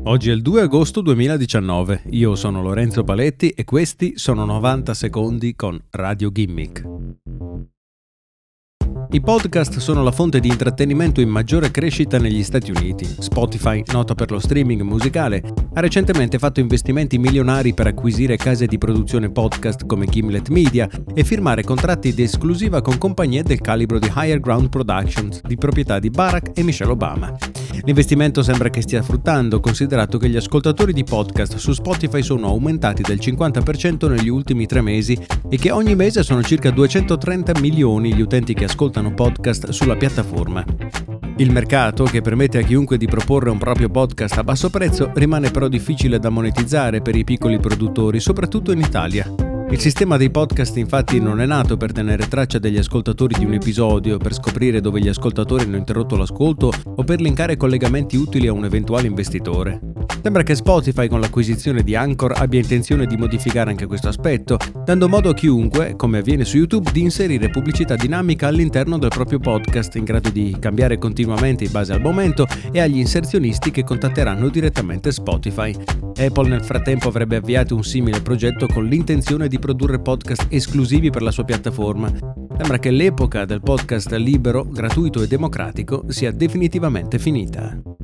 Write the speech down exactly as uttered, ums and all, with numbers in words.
Oggi è il due agosto duemiladiciannove, io sono Lorenzo Paletti e questi sono novanta secondi con Radio Gimmick. I podcast sono la fonte di intrattenimento in maggiore crescita negli Stati Uniti. Spotify, nota per lo streaming musicale, ha recentemente fatto investimenti milionari per acquisire case di produzione podcast come Gimlet Media e firmare contratti di esclusiva con compagnie del calibro di Higher Ground Productions, di proprietà di Barack e Michelle Obama. L'investimento sembra che stia fruttando, considerato che gli ascoltatori di podcast su Spotify sono aumentati del cinquanta per cento negli ultimi tre mesi e che ogni mese sono circa duecentotrenta milioni gli utenti che ascoltano podcast sulla piattaforma. Il mercato, che permette a chiunque di proporre un proprio podcast a basso prezzo, rimane però difficile da monetizzare per i piccoli produttori, soprattutto in Italia. Il sistema dei podcast infatti non è nato per tenere traccia degli ascoltatori di un episodio, per scoprire dove gli ascoltatori hanno interrotto l'ascolto o per linkare collegamenti utili a un eventuale investitore. Sembra che Spotify, con l'acquisizione di Anchor, abbia intenzione di modificare anche questo aspetto, dando modo a chiunque, come avviene su YouTube, di inserire pubblicità dinamica all'interno del proprio podcast, in grado di cambiare continuamente in base al momento e agli inserzionisti che contatteranno direttamente Spotify. Apple nel frattempo avrebbe avviato un simile progetto con l'intenzione di produrre podcast esclusivi per la sua piattaforma. Sembra che l'epoca del podcast libero, gratuito e democratico sia definitivamente finita.